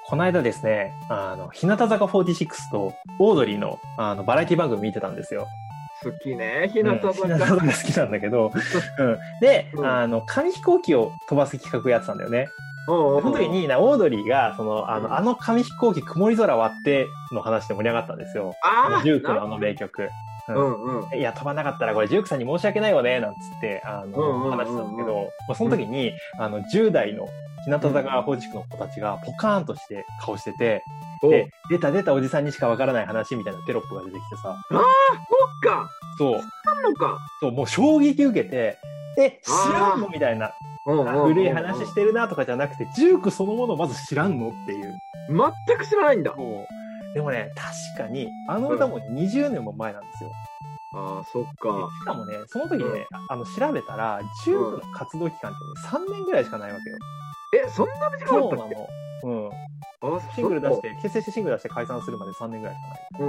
この間ですね、日向坂46とオードリーの、バラエティ番組見てたんですよ。 好きね、日向坂。 日向坂好きなんだけど、で、 うん、 紙飛行機を飛ばす企画やってたんだよね。 おうおうおうその時にオードリーが、紙飛行機曇り空割っての話で盛り上がったんですよ。ジュークの名曲。いや、飛ばなかったらこれジュークさんに申し訳ないよね、なんつって、話してたんだけど、その時に、10代の日向坂46の子たちがポカーンとして顔してて、で、出たおじさんにしかわからない話みたいなテロップが出てきてさ。 そっか。 そう。そう、もう衝撃受けて、知らんのみたいな。古い話してるなとかじゃなくて、ジュークそのものをまず知らんのっていう。 全く知らないんだ。 でもね、確かに、歌も20年も前なんですよ。 ああ、そっか。 しかもね、その時ね、調べたら、ジュークの活動期間ってね、3年ぐらいしかないわけよ。 そんな短かったっけ？ そうなの。シングル出して、結成してシングル出して解散するまで3年ぐらいしかない。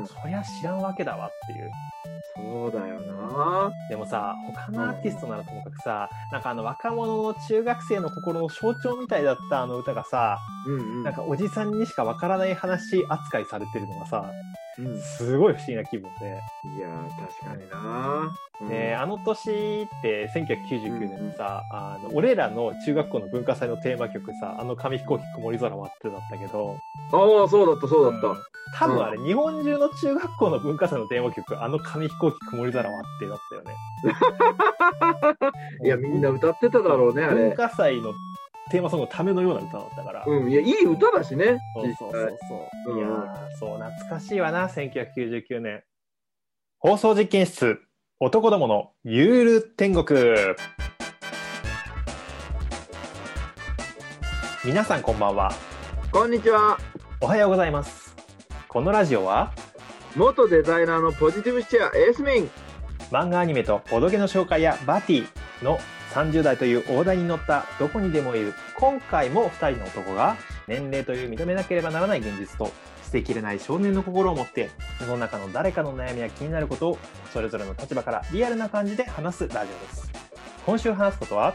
そりゃ知らんわけだわっていう。 そうだよな。 でもさ、他のアーティストならともかくさ、なんか若者の中学生の心の象徴みたいだった歌がさ、なんかおじさんにしかわからない話扱いされてるのがさ、すごい不思議な気分で。 いやー、確かにな。 あの年って1999年にさ、俺らの中学校の文化祭のテーマ曲さ、紙飛行機曇り空割ってだったけど。 ああ、そうだった。 多分あれ、日本中の中学校の文化祭のテーマ曲、紙飛行機曇り空割ってだったよね。 いや、みんな歌ってただろうね、あれ。 文化祭のテーマソングのためのような歌だったから。 いや、いい歌だしね。 そう。いやー、そう、懐かしいわな、1999年。放送実験室、男どものゆる天国。皆さんこんばんは。 こんにちは。 おはようございます。このラジオは元デザイナーのポジティブシチアエースミン、 漫画アニメとボドゲの紹介やバティの30代という大台に乗ったどこにでもいる今回も2人の男が年齢という認めなければならない現実と捨てきれない少年の心を持って世の中の誰かの悩みや気になることをそれぞれの立場からリアルな感じで話すラジオです。今週話すことは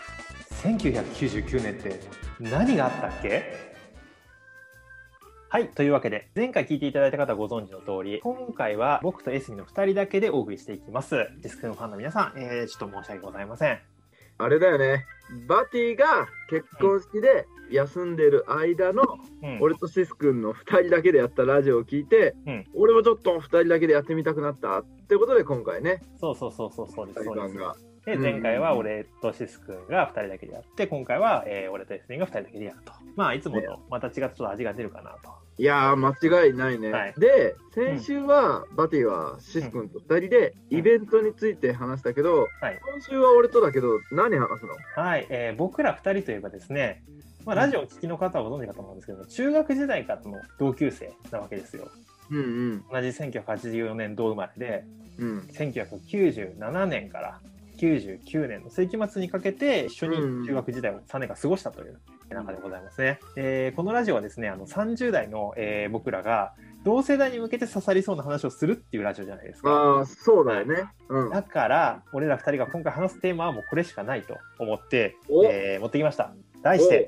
1999年って何があったっけ？はい。というわけで、前回聞いていただいた方はご存知の通り、今回は僕とエスミの2人だけでお送りしていきます。ディスクのファンの皆さん、ちょっと申し訳ございません。 あれだよね。バティが結婚式で休んでる間の、俺とシス君の2人だけでやったラジオを聞いて、俺もちょっと2人だけでやってみたくなったってことで今回ね。 そうです。で、前回は俺とシス君が2人だけでやって、今回は、俺とエスミが2人だけでやると。まあ、いつもとまた違ったちょっと味が出るかなと。 いやー、間違いないね。はい、で、先週は、バティはシス君と2人でイベントについて話したけど、今週は俺とだけど、何話すの？ はい、僕ら2人といえばですね、まあ、ラジオを聴きの方はご存知かと思うんですけど、中学時代からの同級生なわけですよ。同じ1984年同生まれで、1997年から99年の世紀末にかけて一緒に中学時代を3年間過ごしたという中でございますね。このラジオはですね、30代の、僕らが同世代に向けて刺さりそうな話をするっていうラジオじゃないですか。 ああ、そうだよね。 だから俺ら2人が今回話すテーマはもうこれしかないと思って、持ってきました。題して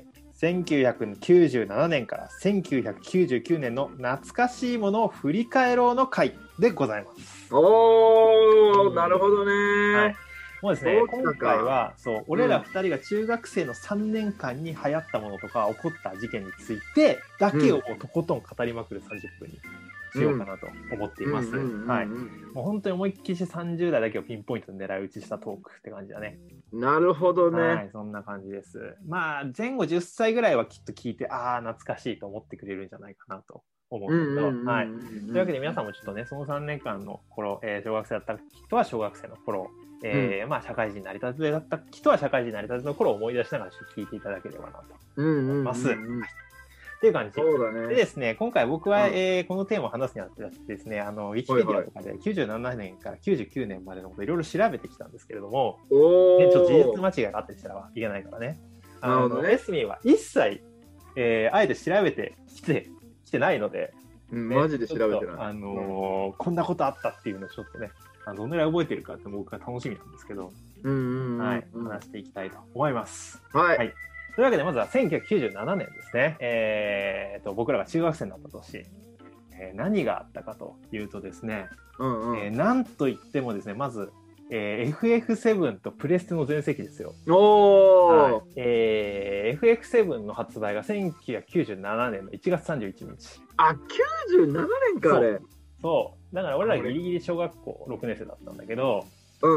1997年から1999年の懐かしいものを振り返ろうの回でございます。 おー、なるほどね。 はい、もうですね、今回は俺ら2人が中学生の3年間に流行ったものとか起こった事件についてだけをもうとことん語りまくる30分にしようかなと思っています。はい。もう本当に思いっきり30代だけをピンポイントで狙い撃ちしたトークって感じだね。 なるほどね。 はい、そんな感じです。まあ前後10歳ぐらいはきっと聞いて懐かしいと思ってくれるんじゃないかなと思うんだけど、はい。というわけで皆さんもちょっとね、その3年間の頃、小学生だった人は小学生の頃、まあ社会人になりたてだった人は社会人になりたての頃を思い出しながら聞いていただければなと思います。っていう感じ。 そうだね。 でですね、今回僕は、このテーマを話すにあたってですね、ウィキペディアとかで97年から99年までのこといろいろ調べてきたんですけれども、ちょっと事実間違いがあったりしたらいけないからね。エスミーは一切、あえて調べてきてないので、 マジで調べてない。 こんなことあったっていうのをちょっとね、どのぐらい覚えてるかって僕は楽しみなんですけど、はい、話していきたいと思います。 はい。 というわけでまずは1997年ですね。僕らが中学生になった年。何があったかというとですね、なんといってもですね、まず、FF7 とプレステの全盛期ですよ。FF7 の発売が1997年の1月31日。 あ、97年か、あれ。 そう。だから俺らギリギリ小学校6年生だったんだけど、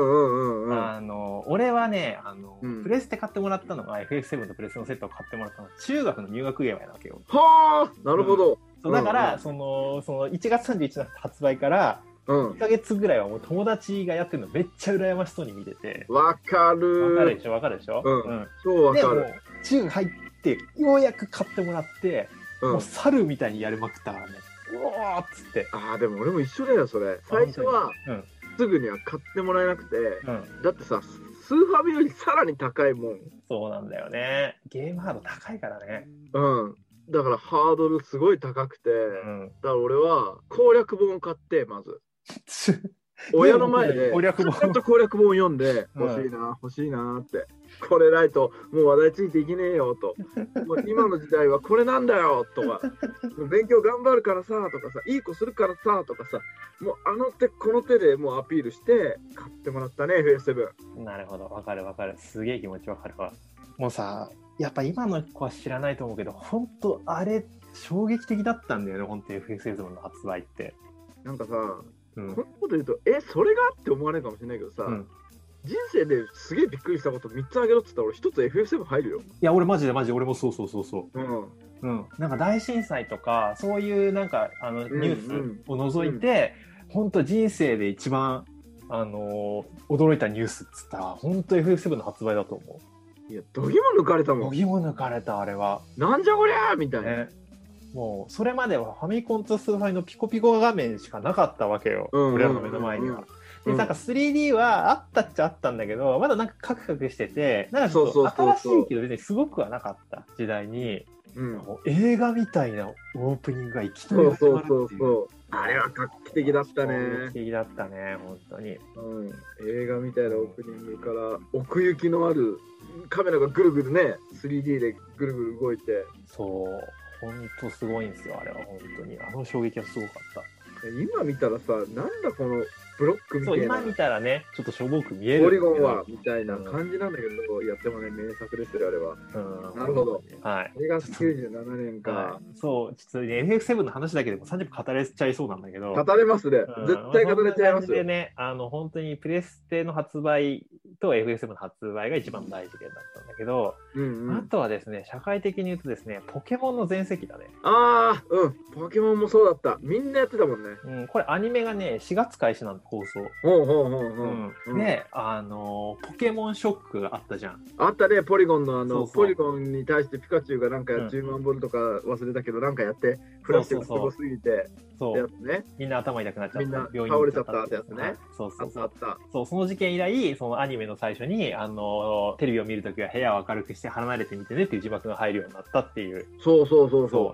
俺はね、プレステ買ってもらったのが FF7 とプレステのセットを買ってもらったのが中学の入学祝いなわけよ。 はあ、なるほど。 そうだから、その1月31日の発売から1ヶ月ぐらいはもう友達がやってるのめっちゃ羨ましそうに見てて。 わかる。 わかるでしょ、わかるでしょ。 そうわかる。 でも中学入ってようやく買ってもらって、もう猿みたいにやりまくったからね。うわーっつって。 ああ、でも俺も一緒だよ、それ。最初は、すぐには買ってもらえなくて、だってさ、スーファミよりさらに高いもん。 そうなんだよね。ゲームハード高いからね。 だからハードルすごい高くて、だから俺は攻略本を買って、まず。親の前で、ちゃんと攻略本を読んで、欲しいな、欲しいなって。これないと、もう話題ついていけねえよと。もう今の時代はこれなんだよとか、勉強頑張るからさとかさ、いい子するからさとかさ、もうあの手この手でもうアピールして買ってもらったね、FF7。 なるほど、わかるわかる。すげえ気持ちわかるわ。もうさ、やっぱ今の子は知らないと思うけど、本当あれ、衝撃的だったんだよね、本当 FF7 の発売って。 なんかさ、こんなこと言うと、それがって思われるかもしれないけどさ、人生ですげえびっくりしたこと3つあげろって言ったら俺1つ FF7 入るよ。 いや、俺マジで俺もそう。なんか大震災とか、そういうなんかニュースを除いて、本当人生で一番、驚いたニュースっつったら、本当 FF7 の発売だと思う。いや、どぎも抜かれたもん。 どぎも抜かれた、あれは。 なんじゃこりゃーみたいな。 もうそれまではファミコンとスーファイのピコピコ画面しかなかったわけよ、俺らの目の前には。でなんか 3D はあったっちゃあったんだけど、まだなんかカクカクしてて、なんかちょっと新しいけど別にすごくはなかった時代に、映画みたいなオープニングがいきなり始まるっていう。 あれは画期的だったね。 画期的だったね、本当に。 映画みたいなオープニングから奥行きのあるカメラがぐるぐるね、3D でぐるぐる動いて。 そう。本当すごいんですよ、あれは本当に。あの衝撃はすごかった。 今見たらさ、なんだこのブロックみたいな。 今見たらね、ちょっとしょぼく見える。 ポリゴンはみたいな感じなんだけど、やってもね、名作ですよ、あれは。なるほど。 はい。 あれが97年か。 そう、ちょっとね、FF7 の話だけでも30分語れちゃいそうなんだけど。 語れますね。絶対語れちゃいますよ。 でね、本当にプレステの発売と FF7 の発売が一番大事件だったんだけど、あとはですね、社会的に言うとですね、ポケモンの全盛期だね。 ポケモンもそうだった。みんなやってたもんね。 これアニメがね、4月開始なんだ、放送。で、ポケモンショックがあったじゃん。 あったね、ポリゴンのポリゴンに対してピカチュウがなんか10万ボルとか忘れたけど、なんかやって、フラッシュがすごすぎて、みんな頭痛くなっちゃった。みんな倒れちゃったってやつね。 そう、その事件以来、そのアニメの最初に、テレビを見るときは部屋を明るくして離れてみてねっていう字幕が入るようになったっていう。そう。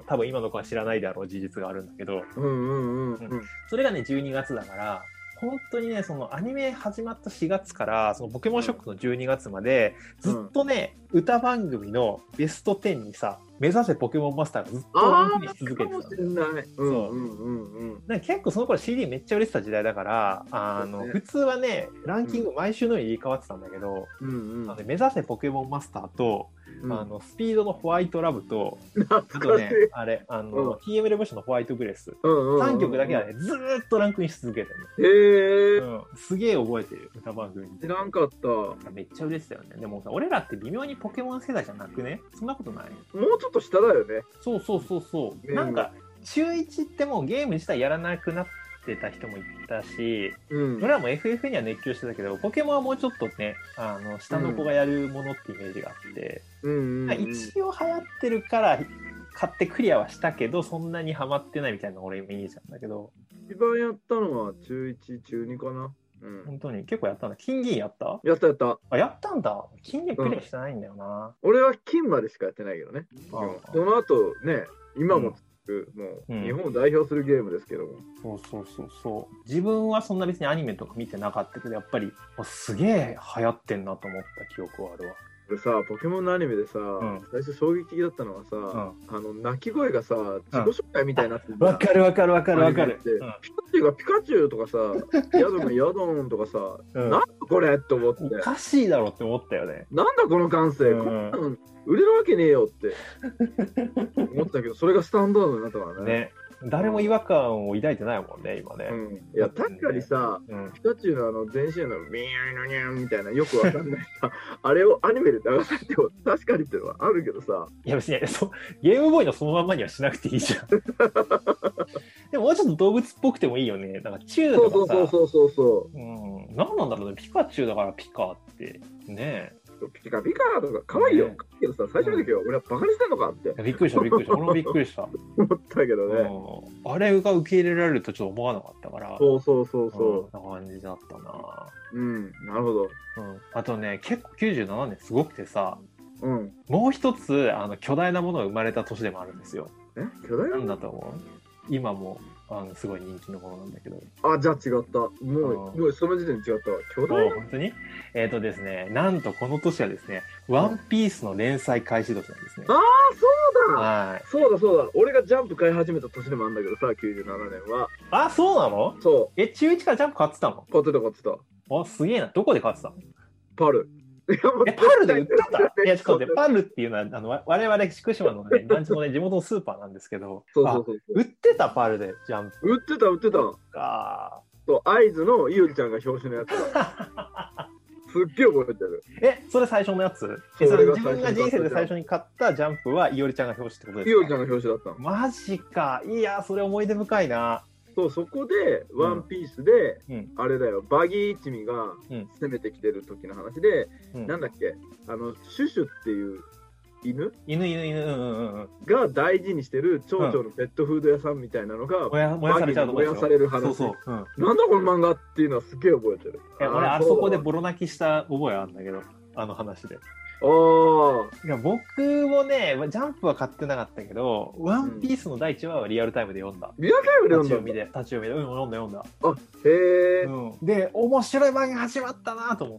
多分今の子は知らないであろう事実があるんだけど。それがね、12月だから、本当にね、そのアニメ始まった4月から、そのポケモンショックの12月まで、ずっとね、歌番組のベスト10にさ、目指せポケモンマスターがずっとランクインし続けてたの。結構その頃 CD めっちゃ売れてた時代だから、普通はね、ランキング毎週のように入れ替わってたんだけど、目指せポケモンマスターと、スピードのホワイトラブと、あとね、TM レボションのホワイトグレス、3曲だけはね、ずーっとランクインし続けてる。すげえ覚えてる、歌番組。 知らんかった。 めっちゃ売れてたよね。でもさ、俺らって微妙にポケモン世代じゃなくね？そんなことない？ もうちょっと下だよね。 そう。なんか、中1ってもうゲーム自体やらなくなってた人もいたし、俺らも FF には熱狂してたけど、ポケモンはもうちょっとね、下の子がやるものってイメージがあって、一応流行ってるから買ってクリアはしたけど、そんなにハマってないみたいな俺イメージなんだけど。 一番やったのは中1、中2かな。 本当に結構やったんだ。金銀やった？ やった。 あ、やったんだ。金銀プレイしてないんだよな。 俺は金までしかやってないけどね。その後ね、今ももう日本を代表するゲームですけども。 そう。自分はそんな別にアニメとか見てなかったけど、やっぱりすげえ流行ってんなと思った記憶はあるわ。 俺さ、ポケモンのアニメでさ、最初衝撃的だったのはさ、鳴き声がさ、自己紹介みたいになってる。 わかる。 ピカチュウがピカチュウとかさ、ヤドンがヤドンとかさ、なんだこれって思って。 おかしいだろって思ったよね。 なんだこの感性、こんなの売れるわけねえよって思ったけど、それがスタンダードになったからね。 誰も違和感を抱いてないもんね、今ね。 いや、確かにさ、ピカチュウの全身のビーンニャンみたいなよくわかんないさ、あれをアニメで流されても確かにっていうのはあるけどさ。 いや、別にゲームボーイのそのまんまにはしなくていいじゃん。でももうちょっと動物っぽくてもいいよね。なんかチュウとかさ。 そう。 何なんだろうね、ピカチュウだからピカってね。 ピカピカとか可愛いよ。けどさ、最初の時は俺はバカにしてんのかって。 びっくりした。俺もびっくりした。 思ったけどね。 あれが受け入れられるとちょっと思わなかったから。 そう。 そんな感じだったな。 なるほど。 あとね、結構97年すごくてさ、もう一つ巨大なものが生まれた年でもあるんですよ。 巨大ななんだと思う？今もすごい人気のものなんだけど。 じゃあ違った。もうその時点で違ったわ。巨大な。 本当に？ですね、なんとこの年はですね、ワンピースの連載開始年なんですね。 そうだ。 はい。 そうだ。俺がジャンプ買い始めた年でもあるんだけどさ、97年は。 そうなの？ そう。 中1からジャンプ買ってたの？ 買ってた。 すげえな。どこで買ってたの？ パル。 パルで売ってた？いや、ちょっと待って、パルっていうのは、我々、福島のね、団地のね、地元のスーパーなんですけど、売ってたパルで、ジャンプ。 売ってた。そう、会津のいおりちゃんが表紙のやつだ。すっげえ覚えてる。 それ最初のやつ？自分が人生で最初に買ったジャンプは、いおりちゃんが表紙ってことですか？ いおりちゃんが表紙だったの。 マジか。いや、それ思い出深いな。 そこでワンピースで、あれだよ、バギー一味が攻めてきてる時の話で、なんだっけ、シュシュっていう犬が大事にしてる蝶々のペットフード屋さんみたいなのが燃やされちゃうとこでしょ。 燃やされる話。なんだこの漫画っていうのはすげえ覚えてる。 俺あそこでボロ泣きした覚えあるんだけど、あの話で。いや、僕もね、ジャンプは買ってなかったけど、ワンピースの第1話はリアルタイムで読んだ。 リアルタイムで読んだ？ 立ち読みで。読んだ。 へえ。 で、面白い漫画始まったなと思って、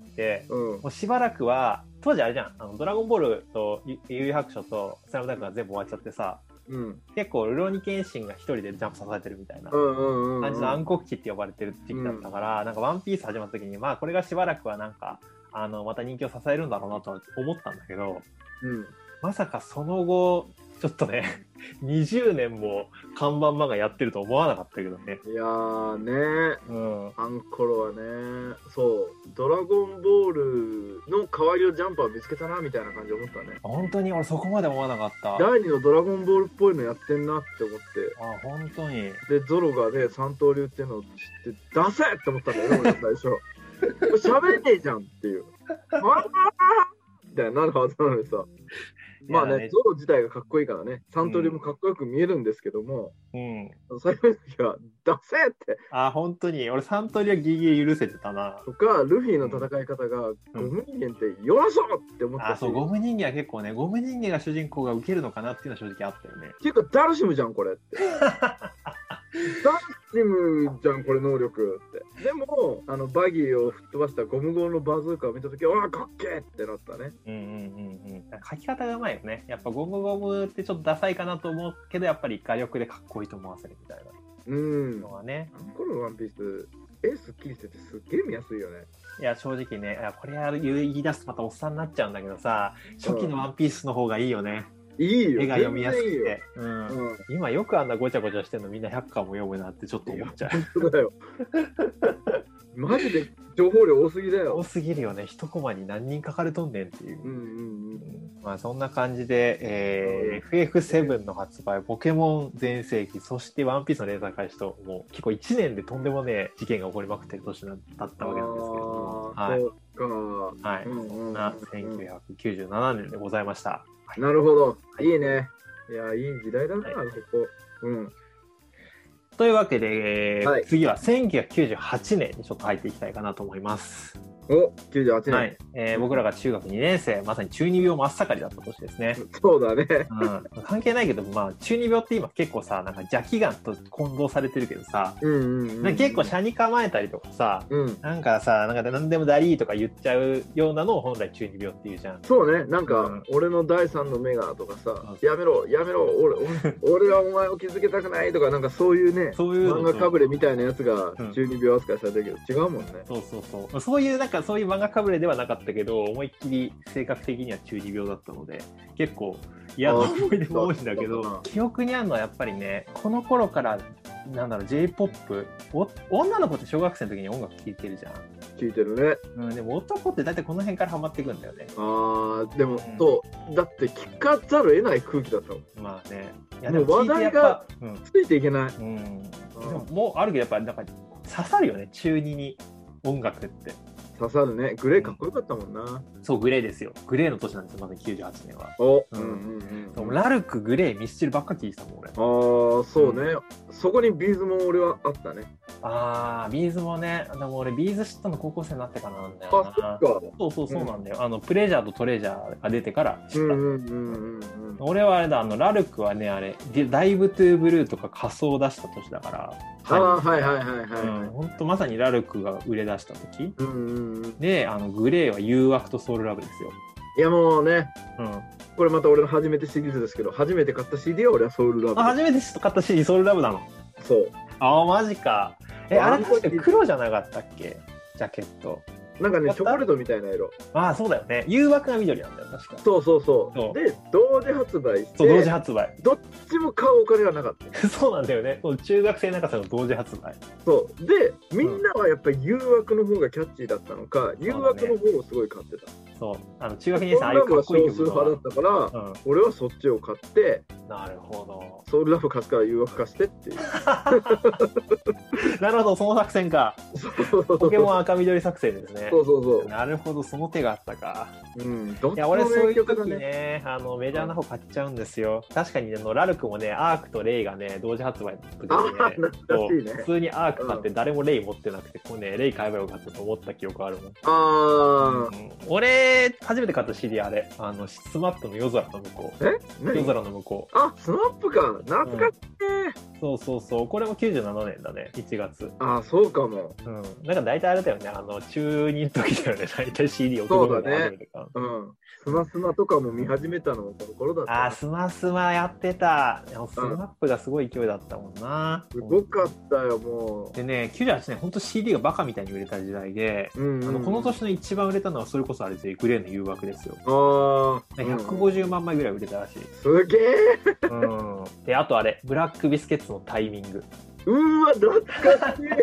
もうしばらくは、当時あれじゃん、ドラゴンボールと幽遊白書とスラムダンクが全部終わっちゃってさ、結構、ルローニケンシンが一人でジャンプ支えてるみたいな感じの暗黒期って呼ばれてる時期だったから、なんかワンピース始まった時に、まあこれがしばらくはなんか、また人気を支えるんだろうなと思ったんだけど、まさかその後、ちょっとね、20年も看板漫画やってると思わなかったけどね。 いやーね、あの頃はね、そう、ドラゴンボールの代わりをジャンプは見つけたなみたいな感じで思ったね。 本当に俺そこまで思わなかった。 第2のドラゴンボールっぽいのやってんなって思って。 本当に。 で、ゾロがね、三刀流っていうのを知って、出せって思ったんだよね、俺最初。喋れねえじゃんっていう。みたいになるはずなのにさ。まあね、ゾロ自体がかっこいいからね、三刀流もかっこよく見えるんですけども、最後の時は、出せって。 本当に、俺三刀流はギリギリ許せてたな。 とか、ルフィの戦い方が、ゴム人間って弱そうって思ったし。 そう、ゴム人間は結構ね、ゴム人間が主人公が受けるのかなっていうのは正直あったよね。 結構ダルシムじゃん、これって。ダルシムじゃん、これ能力って。でも、バギーを吹っ飛ばしたゴムゴムのバズーカを見たときは、かっけーってなったね。書き方がうまいよね。やっぱゴムゴムってちょっとダサいかなと思うけど、やっぱり画力でかっこいいと思わせるみたいなのはね。 このワンピース、絵すっきりしててすっげえ見やすいよね。 いや、正直ね、これ言い出すとまたおっさんになっちゃうんだけどさ、初期のワンピースの方がいいよね。 いいよ。 絵が読みやすくて。今よくあんなごちゃごちゃしてんのみんな100巻も読むなってちょっと思っちゃう。 本当だよ。マジで情報量多すぎだよ。 多すぎるよね。一コマに何人書かれとんねんっていう。まあそんな感じで、FF7 の発売、ポケモン全盛期、そしてワンピースの連載開始と、もう結構1年でとんでもねえ事件が起こりまくってる年だったわけなんですけれども。はい。そんな1997年でございました。 なるほど。いいね。いや、いい時代だな、ここ。 というわけで、次は1998年にちょっと入っていきたいかなと思います。 お、98年。 はい。僕らが中学2年生、まさに中二病真っ盛りだった年ですね。 そうだね。 うん。関係ないけど、まあ、中二病って今結構さ、なんか邪気眼と混同されてるけどさ、結構車に構えたりとかさ、なんかさ、なんか何でもダリーとか言っちゃうようなのを本来中二病っていうじゃん。 そうね。なんか、俺の第三の目がとかさ、やめろ、やめろ、俺はお前を気づけたくないとか、なんかそういうね、漫画かぶれみたいなやつが中二病扱いされてるけど、違うもんね。 そうそうそう。そういう、なんかそういう漫画かぶれではなかったけど、思いっきり性格的には中二病だったので、結構嫌な思い出も多いんだけど、記憶にあるのはやっぱりね、この頃から、なんだろう、J-POP、女の子って小学生の時に音楽聴いてるじゃん。 聴いてるね。 うん、でも男って大体この辺からハマっていくんだよね。 ああ、でも、そう、だって聞かざるを得ない空気だったもん。 まあね。 いやでも話題がついていけない。 でももうあるけど、やっぱなんか刺さるよね、中二に音楽って。 刺さるね。グレーかっこよかったもんな。 そう、グレーですよ。グレーの年なんですよ、まだ98年は。ラルク、グレー、ミスチルばっか聞いてたもん、俺。 ああ、そうね。そこにビーズも俺はあったね。 ああ、ビーズもね。でも俺、ビーズ知ったの高校生になってからなんだよな。 あ、そっか。 そうなんだよ。プレジャーとトレジャーが出てから知った。俺はあれだ、ラルクはね、あれ、ダイブトゥーブルーとか仮装を出した年だから。本当まさにラルクが売れ出した時。で、グレーは誘惑とソウルラブですよ。 いやもうね、これまた俺の初めてシリーズですけど、初めて買った CD は俺はソウルラブ。 初めて買った CD ソウルラブなの？ そう。 ああ、マジか。あれ確か黒じゃなかったっけ？ジャケット。 なんかね、チョコレートみたいな色。 ああ、そうだよね。誘惑が緑なんだよ、確か。 そう。で、同時発売して。 そう、同時発売。 どっちも買うお金がなかった。 そうなんだよね。中学生中さんの同時発売。 そう。で、みんなはやっぱり誘惑の方がキャッチーだったのか、誘惑の方をすごい買ってた。 そう。中学2年生ああいうかっこいい曲少数派だったから、俺はそっちを買って、 なるほど。 ソウルラブ貸すから誘惑貸してっていう。 なるほど、その作戦か。ポケモン赤緑作戦ですね。 そう。 なるほど、その手があったか。 いや、俺そういう時ね、メジャーな方買っちゃうんですよ。確かにラルクもね、アークとレイがね、同時発売の時にね、普通にアーク買って誰もレイ持ってなくて、こうね、レイ買えばよかったと思った記憶あるもん。俺、初めて買った CD あれ、スマップの夜空の向こう。夜空の向こう。 あ、スマップか。懐かしいね。 そう。これも97年だね、1月。 あ、そうかも。 なんか大体あれだよね、中2の時だよね、大体 CD を送るのが初めてか。 スマスマとかも見始めたのもこの頃だった。 あ、スマスマやってた。スマップがすごい勢いだったもんな。 すごかったよ、もう。 でね、98年、ほんと CD がバカみたいに売れた時代で、この年の一番売れたのはそれこそあれですよ、グレーの誘惑ですよ。150万枚ぐらい売れたらしい。 すげえ。 で、あとあれ、ブラックビスケッツのタイミング。 わ、懐かしい。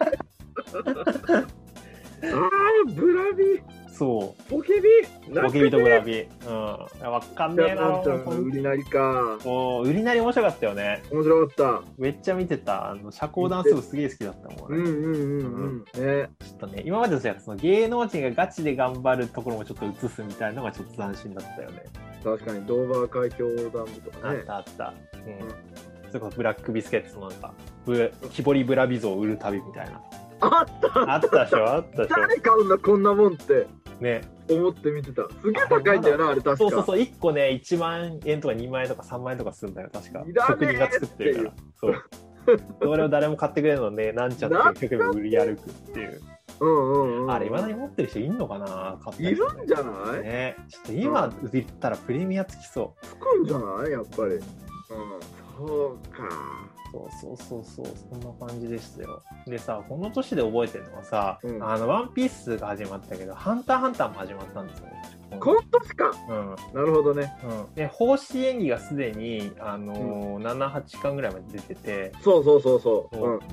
ブラビ。 そう。 ポケビとブラビ。わかんねえな。 売りなりか。 売りなり面白かったよね。 面白かった。 めっちゃ見てた。社交ダンス部すげえ好きだったもん。ちょっとね、今までのその芸能人がガチで頑張るところもちょっと映すみたいなのがちょっと斬新だったよね。 確かに、ドーバー海峡ダムとかね。 あった。それこそブラックビスケッツのなんか、木彫りブラビ像を売る旅みたいな。 あったでしょ。 誰買うんだこんなもんってね思って見てた。すげえ高いんだよな、あれ確か。 そう1個ね1万円とか2万円とか3万円とかするんだよ確か。職人が作ってるから。そうそれを誰も買ってくれるのね、なんちゃって結局売り歩くっていう。あれ未だに持ってる人いんのかな。 いるんじゃないね。ちょっと今売ったらプレミアつきそう。 つくんじゃないやっぱり。そうか。 そうそんな感じでしたよ。でさ、この年で覚えてるのはさ、ワンピースが始まったけど、ハンターハンターも始まったんですよね。 この年か。なるほどね。 で、方針演技がすでに、7、8巻ぐらいまで出てて。 そう。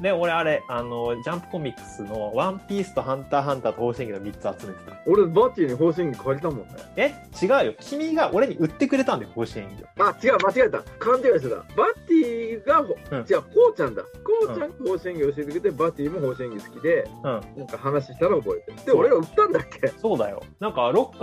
で、俺あれ、ジャンプコミックスのワンピースとハンターハンターと方針演技の3つ集めてた。 俺、バッティに方針演技借りたもんね。 違うよ。君が俺に売ってくれたんだよ、方針演技を。違う、間違えた。勘違いしてた。バッティが、じゃあ、こうちゃんだ。こうちゃんが方針演技教えてくれて、バッティも方針演技好きで、なんか話したら覚えてる。で、俺が売ったんだっけ。 そうだよ。なんか6巻まで持っ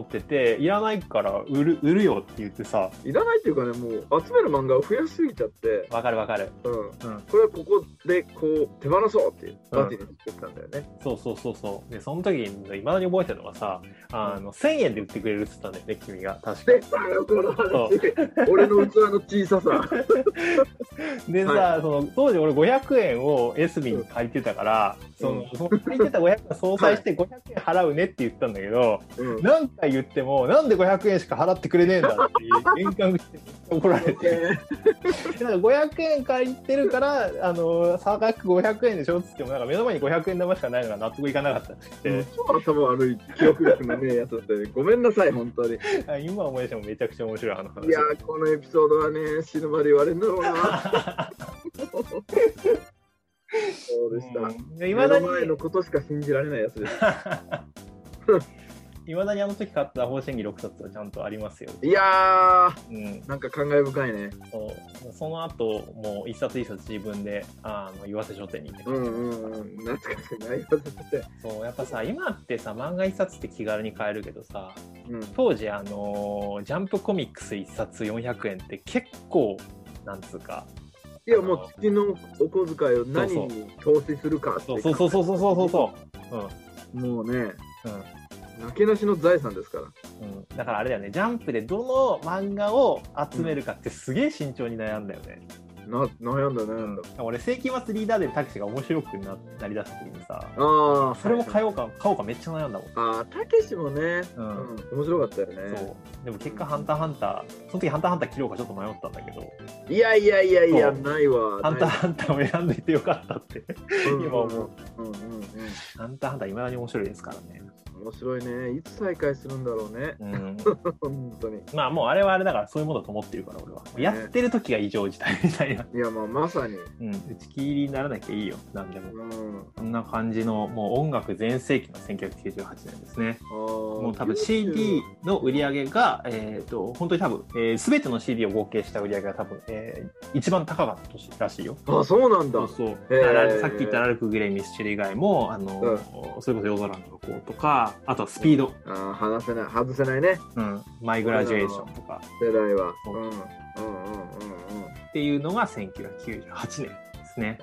ってて、いらないから売るよって言ってさ。 いらないっていうかね、もう集める漫画を増やしすぎちゃって。 わかるわかる。 うん。これはここでこう手放そうっていうバティに作ったんだよね。 そう。で、その時にいまだに覚えてるのがさ、1000円で売ってくれるって言ったんだよね、君が。確かに。 この話。俺の器の小ささ。 でさ、その当時俺500円をエスミに借りてたから、その借りてた500円相殺して500円払うねって言ったんだけど、何回言ってもなんで500円しか払ってくれねえんだっていう喧嘩して怒られて、なんか500円借りてるから差額500円でしょっつってもなんか目の前に500円玉しかないのが納得いかなかったって。 超頭悪い記憶力のねえやつだったね。ごめんなさい本当に。 今思い出してもめちゃくちゃ面白い話。 いやこのエピソードはね死ぬまで言われるんだろうな。そうでした。目の前のことしか信じられないやつです。 いまだにあの時買った方針儀6冊はちゃんとありますよ。 いやー、なんか感慨深いね。 その後もう一冊一冊自分で岩瀬書店に行って買ってましたから。 懐かしいな岩瀬書店。 そうやっぱさ今ってさ漫画一冊って気軽に買えるけどさ、当時ジャンプコミックス一冊400円って結構なんつうか。 いやもう月のお小遣いを何に投資するかって。 そう。 もうね。なけなしの財産ですから、 だからあれだよね、ジャンプでどの漫画を集めるかってすげえ慎重に悩んだよね。 悩んだ。 俺世紀末リーダーでたけしが面白くなりだした時にさ、それも買おうかめっちゃ悩んだもん。 たけしもね、面白かったよね。 そうでも結果ハンターハンター、その時ハンターハンター切ろうかちょっと迷ったんだけど、 いやないわ。 ハンターハンターを選んでいてよかったって今思う。ハンターハンターいまだに面白いですからね。 面白いね。いつ再開するんだろうね。本当に。 まあもうあれはあれだからそういうものだと思ってるから俺は。やってる時が異常事態みたいな。 いやまさに。 打ち切りにならなきゃいいよ。なんでも。こんな感じのもう音楽全盛期の1998年ですね。もう多分 CD の売り上げが本当に多分全ての CD を合計した売り上げが多分一番高かった年らしいよ。 そうなんだ。 そう。さっき言ったラルク・グレイ・ミスチル以外もそれこそ夜空の向こうとか。あとはスピード。 外せないね。 マイグラジュエーションとか。 世代は。 っていうのが1998年ですね。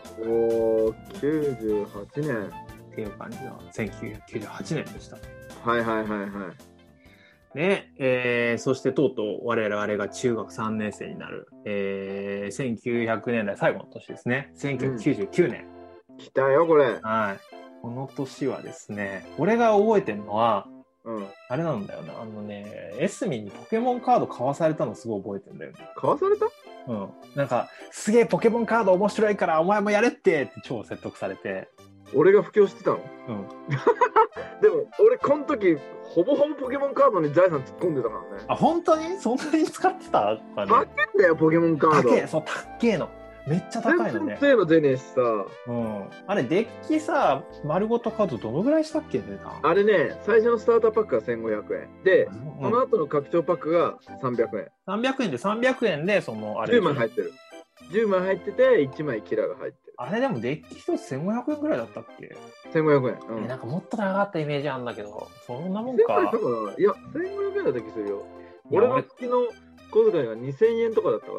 98年。 っていう感じの1998年でした。 はい。 で、そしてとうとう我々が中学3年生になる、1900年代最後の年ですね。1999年。 来たよ、これ。 はい。この年はですね、俺が覚えてるのは、あれなんだよな、エスミンにポケモンカード買わされたのすごい覚えてるんだよね。 買わされた？ なんか、すげえポケモンカード面白いからお前もやれって超説得されて。 俺が布教してたの？でも、俺この時、ほぼほぼポケモンカードに財産突っ込んでたからね。 本当に？そんなに使ってた？ 高いんだよ、ポケモンカード。 そう、高いの。めっちゃ高いのね。 全然の出ねえしさ。 あれ、デッキさ、丸ごと買うとどのぐらいしたっけね？ あれね、最初のスターターパックが1500円。で、その後の拡張パックが300円。 300円で、 あれ。10枚入ってる。10枚入ってて、1枚キラーが入ってる。 あれでもデッキ1つ1500円ぐらいだったっけ？ 1500 円。 なんかもっと高かったイメージあるんだけど、そんなもんか。 いや、1500円だった気するよ。俺の月の小遣いが2000円とかだったから、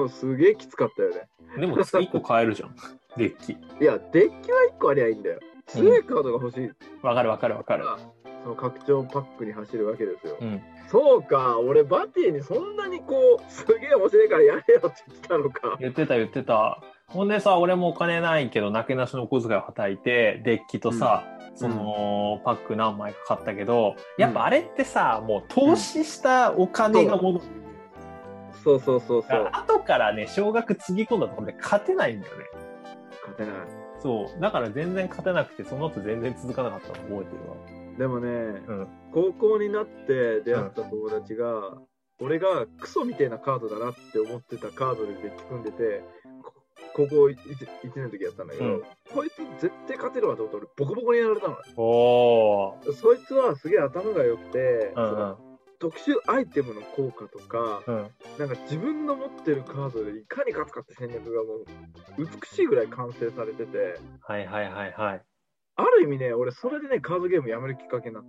すげえきつかったよね。 でも月1個買えるじゃん、デッキ。 いや、デッキは1個ありゃいいんだよ。強いカードが欲しい。 わかる。 その拡張パックに走るわけですよ。そうか、俺バティにそんなにすげえ面白いからやれよって言ってたのか。 言ってた。ほんでさ、俺もお金ないけど、なけなしの小遣いをはたいて、デッキとさ、そのパック何枚か買ったけど、やっぱあれってさ、もう投資したお金が戻る。 そう。 後からね、少額つぎ込んだところで勝てないんだよね。 勝てない。 そう。だから全然勝てなくて、その後全然続かなかったの覚えてるわ。 でもね、高校になって出会った友達が、俺がクソみたいなカードだなって思ってたカードでデッキ組んでて、高校 1年の時やったんだけど、こいつ絶対勝てるわと思って俺ボコボコにやられたの。そいつはすげえ頭が良くて、特殊アイテムの効果とか、なんか自分の持ってるカードでいかに勝つかって戦略がもう美しいぐらい完成されてて、ある意味ね、俺それでねカードゲームやめるきっかけになったの。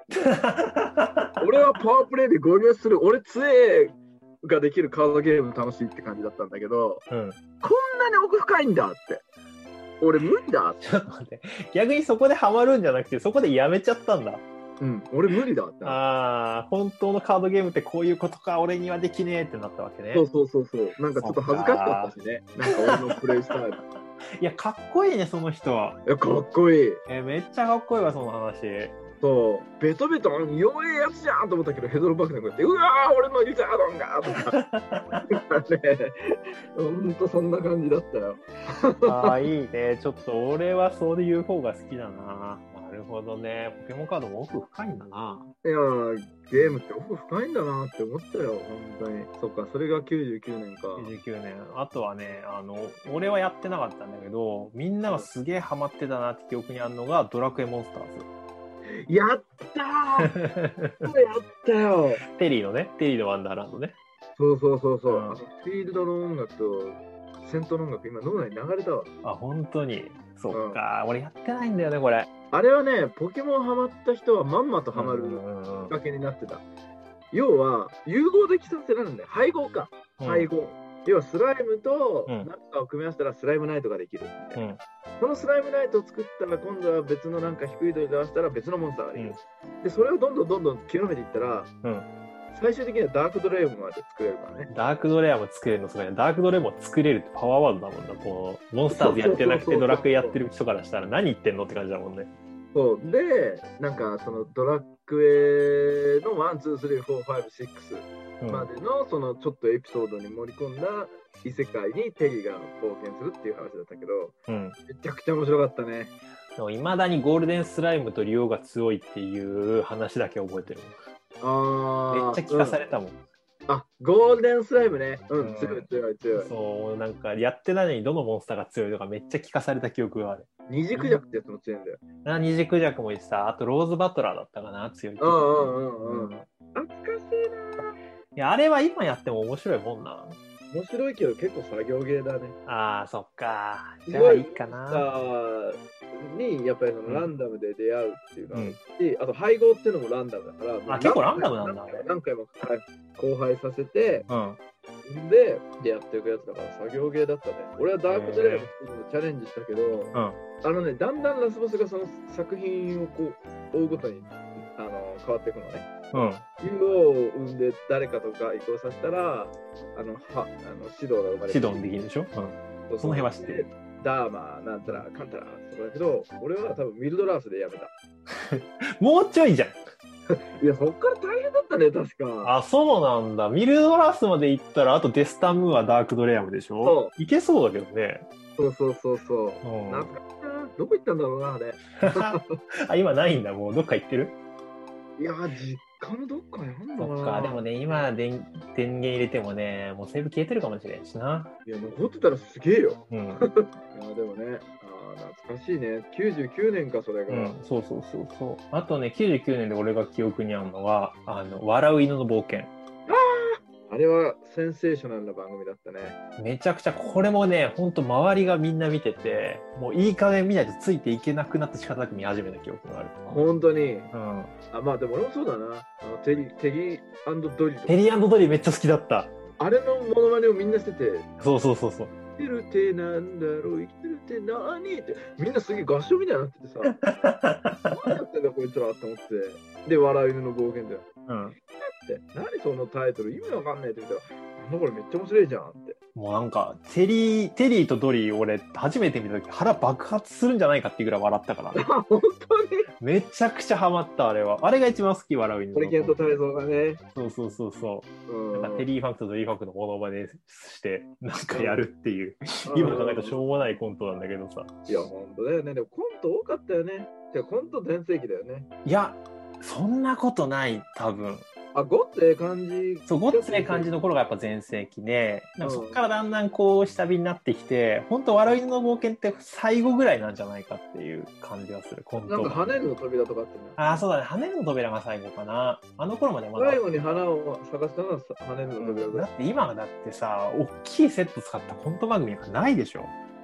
俺はパワープレイで合流する、俺杖ができるカードゲーム楽しいって感じだったんだけど、こんなに奥深いんだって。俺無理だって。 ちょっと待って。逆にそこでハマるんじゃなくて、そこでやめちゃったんだ。 俺無理だって。 本当のカードゲームってこういうことか、俺にはできねえってなったわけね。 そう。なんかちょっと恥ずかしかったしね。なんか俺のプレイスタイル。 いや、かっこいいね、その人は。 いや、かっこいい。 めっちゃかっこいいわ、その話。 そう、ベトベト弱いやつじゃんと思ったけど、ヘドロバックでこうやって、うわー、俺のリザードンがとか、ね、ほんとそんな感じだったよ。 いいね。ちょっと俺はそういう方が好きだな。なるほどね。ポケモンカードも奥深いんだな。 いやゲームって奥深いんだなって思ったよ、本当に。そっか、それが99年か。 99年。あとはね、俺はやってなかったんだけど、みんながすげえハマってたなって記憶にあるのが、ドラクエモンスターズ。 やったーやったよテリーのワンダーランドね。 そう。フィールドの音楽と戦闘の音楽、今脳内に流れたわ。 本当に。そっか、俺やってないんだよね、これ。 あれはね、ポケモンハマった人はまんまとハマるきっかけになってた。要は、融合できさせられるんだよ。配合か。配合。要はスライムと何かを組み合わせたらスライムナイトができるみたいな。このスライムナイトを作ったら今度は別のなんか低い度に合わせたら別のモンスターができる。でそれをどんどん極めていったら、最終的にはダークドレームまで作れるからね。 ダークドレーム作れるのすごいね。ダークドレームを作れるってパワーワードだもんな。このモンスターズやってなくてドラクエやってる人からしたら何言ってんのって感じだもんね。 そうで、なんかそのドラクエの1、2、3、4、5、6までのそのちょっとエピソードに盛り込んだ異世界にテリーが冒険するっていう話だったけど、めちゃくちゃ面白かったね。 いまだにゴールデンスライムとリオが強いっていう話だけ覚えてるもん。めっちゃ聞かされたもん。 ゴールデンスライムね。強い。 そう、なんかやってないのにどのモンスターが強いとかめっちゃ聞かされた記憶がある。 二軸弱ってやつも強いんだよ。 二軸弱もいてさ、あとローズバトラーだったかな、強いって。 懐かしいな。いや、あれは今やっても面白いもんな。 面白いけど結構作業ゲーだね。 そっか。じゃあいいかな。 にやっぱりそのランダムで出会うっていうのがあって、あと配合っていうのもランダムだから、 結構ランダムなんだね。 何回も交配させて、でやっていくやつだから作業ゲーだったね。俺はダークドレームチャレンジしたけど、だんだんラスボスがその作品をこう追うごとに変わっていくのね。竜を生んで誰かとか移行させたら指導が生まれる。 指導できるでしょ。その辺は知ってる。 ダーマーなんたらかんたらとかだけど、俺は多分ミルドラースでやめた。 もうちょいじゃん。 いや、そっから大変だったね、確か。 そうなんだ。ミルドラースまで行ったら、あとデスタムーはダークドレアムでしょ。いけそうだけどね。 そう。懐かしいな。どこ行ったんだろうな、あれ。 今ないんだ、もうどっか行ってる？ いや、実家のどっかにあんのかな。 そっか、でもね、今電源入れてもね、もうセーブ消えてるかもしれんしな。 いや、残ってたらすげえよ。いや、でもね、懐かしいね。99年か、それが。 そう。あとね、99年で俺が記憶にあるのは、笑う犬の冒険。 あれはセンセーショナルな番組だったね。めちゃくちゃ、これもね、ほんと周りがみんな見てて、もういい加減見ないとついていけなくなって仕方なく見始めた記憶がある。 本当に。まあでも俺もそうだな。テリー&ドリー。 テリー&ドリーめっちゃ好きだった。 あれのモノマネをみんなしてて。 そう。 生きてるってなんだろう、生きてるって何ってみんなすげえ合唱みたいになっててさ何やってんだこいつらって思って、で笑う犬の冒険だよ。何そのタイトル意味わかんないって言ったら、これめっちゃ面白いじゃんって。もうなんかテリーとドリー俺初めて見た時腹爆発するんじゃないかっていうぐらい笑ったから本当にめちゃくちゃハマった。あれが一番好き。笑う犬のホリケンと泰造がね。 そう、なんかテリーファンクとドリーファンクのモノマネしてなんかやるっていう、今考えたらしょうもないコントなんだけどさ。 いや本当だよね。でもコント多かったよね。コント全盛期だよね。 いやそんなことない多分。 ごっつええ感じ。 そう、ごっつええ感じの頃がやっぱ全盛期で、なんかそこからだんだんこう下火になってきて、本当笑い犬の冒険って最後ぐらいなんじゃないかっていう感じはする。コントなんか跳ねるの扉とかあったね。そうだね。跳ねるの扉が最後かな。あの頃までまだ。最後に花を探したのは跳ねるの扉ぐらい。 だって今だってさ、大きいセット使ったコント番組なんかないでしょ。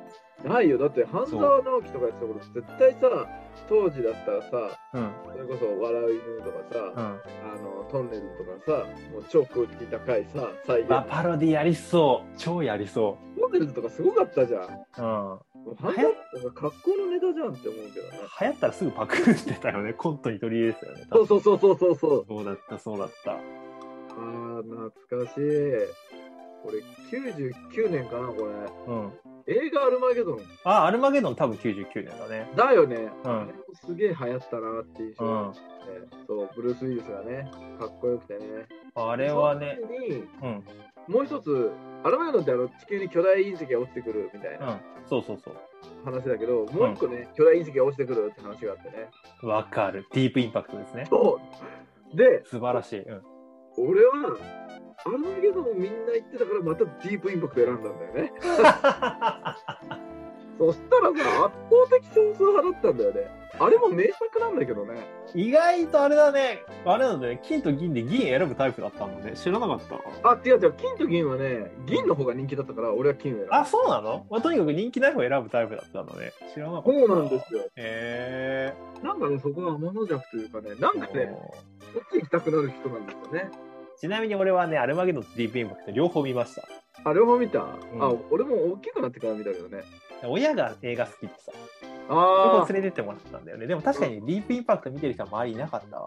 ないよ。だって半沢直樹とかやってた頃絶対さ、当時だったらさ、それこそ笑う犬とかさ、トンネルとかさ、もう超クオリティ高いさ、再現。 パロディやりそう。超やりそう。 トンネルとかすごかったじゃん。半沢とか格好のネタじゃんって思うけどね。 流行ったらすぐパクってたよね。コントに取り入れてたよね。 そう。 そうだった。 懐かしい。これ99年かな、これ。映画アルマゲドン。 アルマゲドン多分99年だね。 だよね。すげえ流行ったなっていう印象。そう、ブルース・ウィルスがね、かっこよくてね。 あれはね。 もう一つ、アルマゲドンって地球に巨大隕石が落ちてくるみたいな。 そう。 話だけど、もう一個ね、巨大隕石が落ちてくるって話があってね。 わかる。ディープインパクトですね。 そう。で、 素晴らしい。 俺は、アルマゲドンみんな言ってたからまたディープインパクト選んだんだよね。そしたらさ、圧倒的少数派だったんだよね。あれも名作なんだけどね。 意外とあれだね。あれなんだね。金と銀で銀選ぶタイプだったのね。知らなかった。 違う。金と銀はね、銀の方が人気だったから俺は金を選ぶ。 そうなの？とにかく人気ない方を選ぶタイプだったのね。知らなかった。 そうなんですよ。 なんかね、そこは天の弱というかね、なんかね、そっち行きたくなる人なんですよね。 ちなみに俺はね、アルマゲドンとディープインパクト両方見ました。 両方見た？俺も大きくなってから見たけどね。 親が映画好きでさ。そこ連れてってもらったんだよね。でも確かにディープインパクト見てる人は周りいなかったわ。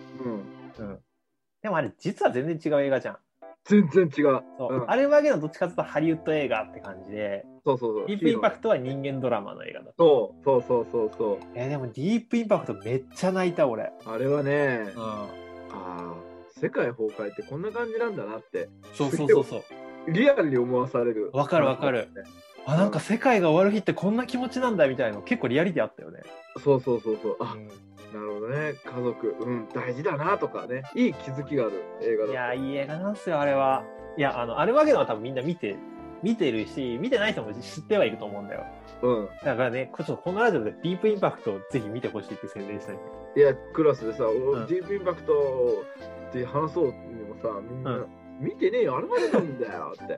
でもあれ実は全然違う映画じゃん。 全然違う。 アルマゲドンどっちかというとハリウッド映画って感じで、 そう。 ディープインパクトは人間ドラマの映画だった。 そう。 でもディープインパクトめっちゃ泣いた俺。 あれはね、世界崩壊ってこんな感じなんだなって。 そう。 リアルに思わされる。 わかる。なんか世界が終わる日ってこんな気持ちなんだみたいなの結構リアリティあったよね。 そう。なるほどね。家族、大事だなとかね。いい気づきがある映画だった。 いや、いい映画なんですよ、あれは。いや、アルマゲドンは多分みんな見てるし、見てない人も知ってはいると思うんだよ。だからね、ちょっとこのラジオでディープインパクトをぜひ見てほしいって宣伝したい。 いや、クラスでさ、ディープインパクトって話そうにもさ、みんな、見てねえよ、アルマゲドンだよって。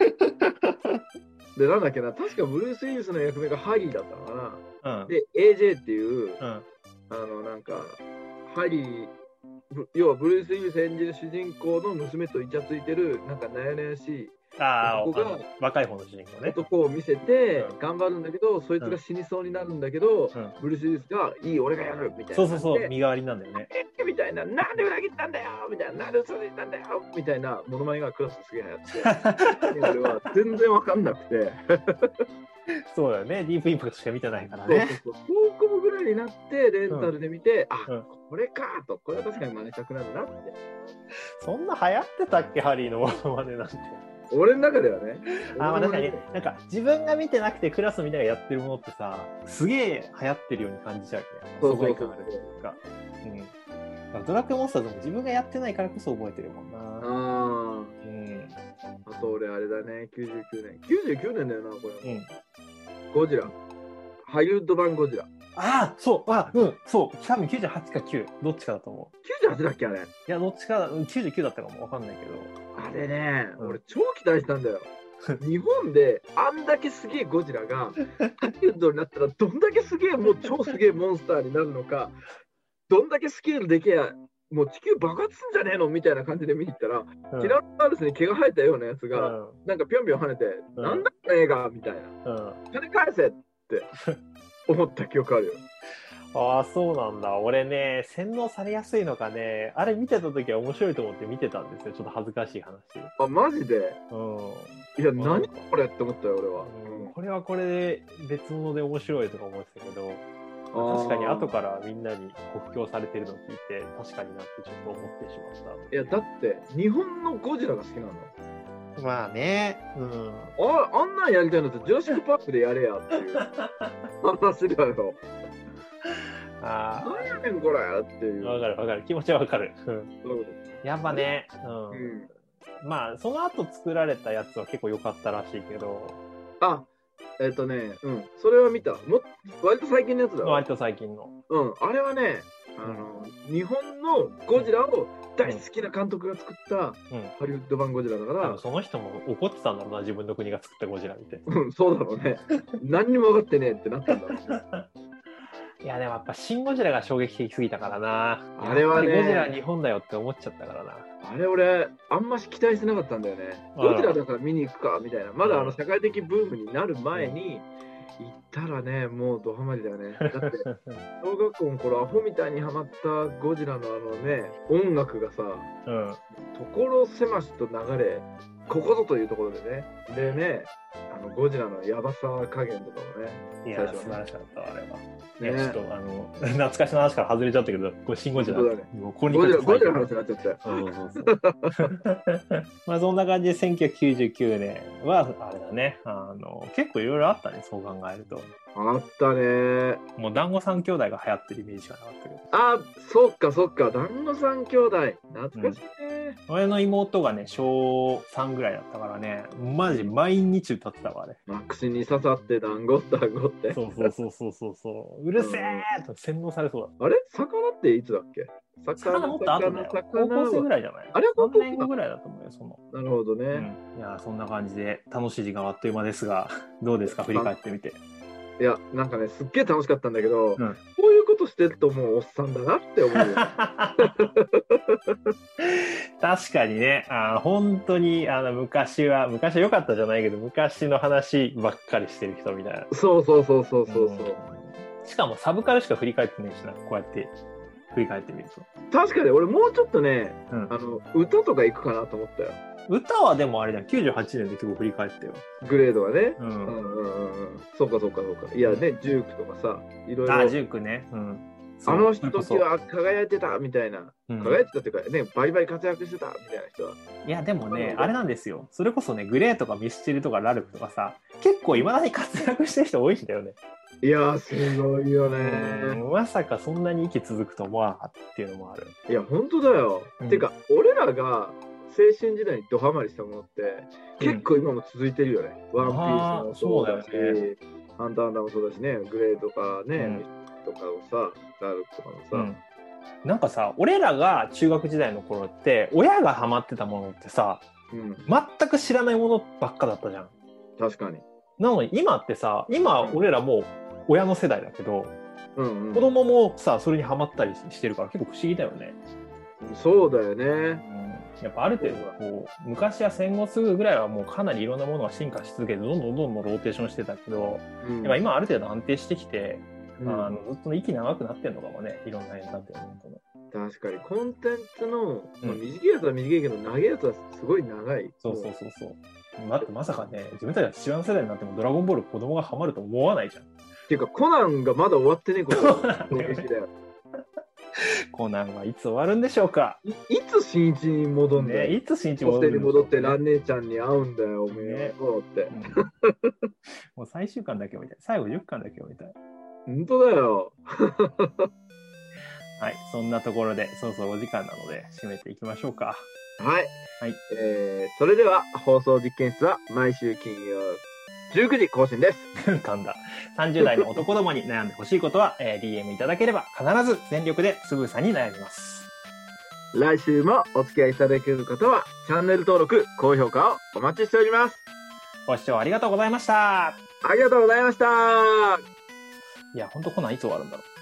で、なんだっけな、確かブルース・ウィルスの役目がハリーだったのかな。で、AJ っていう、なんか、ハリー、要はブルース・ウィルス演じる主人公の娘とイチャついてる、なんか悩々しい男が若い方の主人公ね。 男を見せて頑張るんだけど、そいつが死にそうになるんだけど、ブルース・ウィルスがいい俺がやるみたいな。 そう、身代わりなんだよね。 みたいな、なんで裏切ったんだよみたいな、なんで嘘ついたんだよみたいなモノマネがクラスですげえ流行って俺は全然わかんなくてそうだよね、ディープインパクトしか見てないからね。 高校ぐらいになってレンタルで見て、これかと、これは確かに真似したくなるなって。 そんな流行ってたっけ、ハリーのモノマネなんて。 俺の中ではね。 確かに、なんか自分が見てなくてクラスのみんながやってるものってさ、すげえ流行ってるように感じちゃうよね。 そう。 ドラクエモンスターズも自分がやってないからこそ覚えてるもんな。 あと俺あれだね、99年だよな、これ。ゴジラ。ハリウッド版ゴジラ。 そう、多分98か9、どっちかだと思う。98だっけあれ。いや、どっちか、99だったかもわかんないけど。 あれね、俺超期待したんだよ。日本であんだけすげえゴジラがハリウッドになったらどんだけすげえもう超すげえモンスターになるのか、どんだけスケールでけえもう地球爆発すんじゃねえのみたいな感じで見に行ったら、ティラノサウルスに毛が生えたようなやつが、なんかぴょんぴょん跳ねて、なんだこの映画みたいな。金返せって思った記憶あるよ。 そうなんだ。俺ね、洗脳されやすいのかね、あれ見てた時は面白いと思って見てたんですよ。ちょっと恥ずかしい話。 マジで？いや、何これって思ったよ、俺は。 これはこれで別物で面白いとか思ってたけど、確かに後からみんなに酷評されてるのを聞いて、確かになってちょっと思ってしまった。 いや、だって、日本のゴジラが好きなの。 まあね。 あんなんやりたいのって、ジュラシックパークでやれやっていう話だよ。何やねんこれっていう。 わかる。気持ちはわかる。やっぱね、まあ、その後作られたやつは結構良かったらしいけど。 それは見た。割と最近のやつだろ。 割と最近の。 あれはね、日本のゴジラを大好きな監督が作ったハリウッド版ゴジラだから、 その人も怒ってたんだろうな、自分の国が作ったゴジラ見て。 そうだろうね。何にも分かってねえってなったんだろうね。 いやでもやっぱシン・ゴジラが衝撃的すぎたからな。 あれはね、 ゴジラ日本だよって思っちゃったからな。 あれ俺あんまし期待してなかったんだよね。ゴジラだから見に行くかみたいな。まだ社会的ブームになる前に行ったらね、もうドハマりだよね。だって小学校の頃アホみたいにハマったゴジラの音楽がさ、所狭しと流れ、ここぞというところでね。でね、ゴジラのヤバさ加減とかもね。 いや、素晴らしかったあれは。ちょっと懐かしの話から外れちゃったけど、これシン・ゴジラ。 ゴジラの話になっちゃったよ。 まあそんな感じで1999年はあれだね、結構いろいろあったね、そう考えると。 あったね。 もう団子三兄弟が流行ってるイメージがなかったけど。 あ、そっかそっか、団子三兄弟懐かしいね。 俺の妹がね小3ぐらいだったからね、マジ毎日歌ってたわね。 口に刺さって団子団子って。 そううるせえと洗脳されそうだ。 あれ魚っていつだっけ？ 魚もっと後だよ。高校生ぐらいじゃない？ あれは高校生3年後ぐらいだと思うよ。 なるほどね。 いやそんな感じで楽しい時間はあっという間ですが、どうですか振り返ってみて。 いやなんかねすっげえ楽しかったんだけど、こういうことしてるともうおっさんだなって思うよ。 確かにね、本当に昔は良かったじゃないけど、昔の話ばっかりしてる人みたいな。 そう。 しかもサブカルしか振り返ってないしな、こうやって振り返ってみると。 確かに俺もうちょっとね、歌とか行くかなと思ったよ。 歌はでもあれだよ、98年で結構振り返ったよ。 グレードはね。そうか。いやね、ジュークとかさ、いろいろ。 ジュークね。 あの人時は輝いてたみたいな。輝いてたっていうかね、バリバリ活躍してたみたいな人は。 いやでもね、あれなんですよ。それこそね、グレーとかミスチルとかラルクとかさ、結構いまだに活躍してる人多いんだよね。 いやすごいよね。 まさかそんなに息続くと思わなかったっていうのもある。 いや本当だよ。てか俺らが青春時代にドハマりしたものって結構今も続いてるよね。ワンピースもそうだし、ハンターハンターもそうだしね、グレーとかね、とかをさ、ラルクとかもさ、 なんかさ、俺らが中学時代の頃って親がハマってたものってさ、全く知らないものばっかだったじゃん。 確かに。 なのに今ってさ、俺らもう親の世代だけど、子供もさそれにハマったりしてるから結構不思議だよね。 そうだよね。 やっぱある程度こう昔は戦後すぐぐらいはもうかなりいろんなものが進化し続けてどんどんローテーションしてたけど、やっぱ今ある程度安定してきて、ずっと息長くなってんのかもね、いろんなエンターテインメントの。 確かにコンテンツの、短いやつは短いけど長いやつはすごい長い。 そう。だってまさかね、自分たちが父親の世代になってもドラゴンボール子供がハマると思わないじゃん。 っていうかコナンがまだ終わってねえことが衝撃だよ。 コナンはいつ終わるんでしょうか。 いつ新一に戻んだよ。 いつ新一戻るんだよ。戻って蘭姉ちゃんに会うんだよ、おめえよって。 もう最終巻だけを見たい。最後10巻だけを見たい。 本当だよ。 はい、そんなところでそろそろお時間なので締めていきましょうか。 はい。それでは放送実験室は毎週金曜19時更新です。 噛んだ。30代の男どもに悩んでほしいことは、DM いただければ必ず全力でつぶさに悩みます。 来週もお付き合いいただける方はチャンネル登録、高評価をお待ちしております。 ご視聴ありがとうございました。 ありがとうございました。 いや、ほんとコナンいつ終わるんだろう。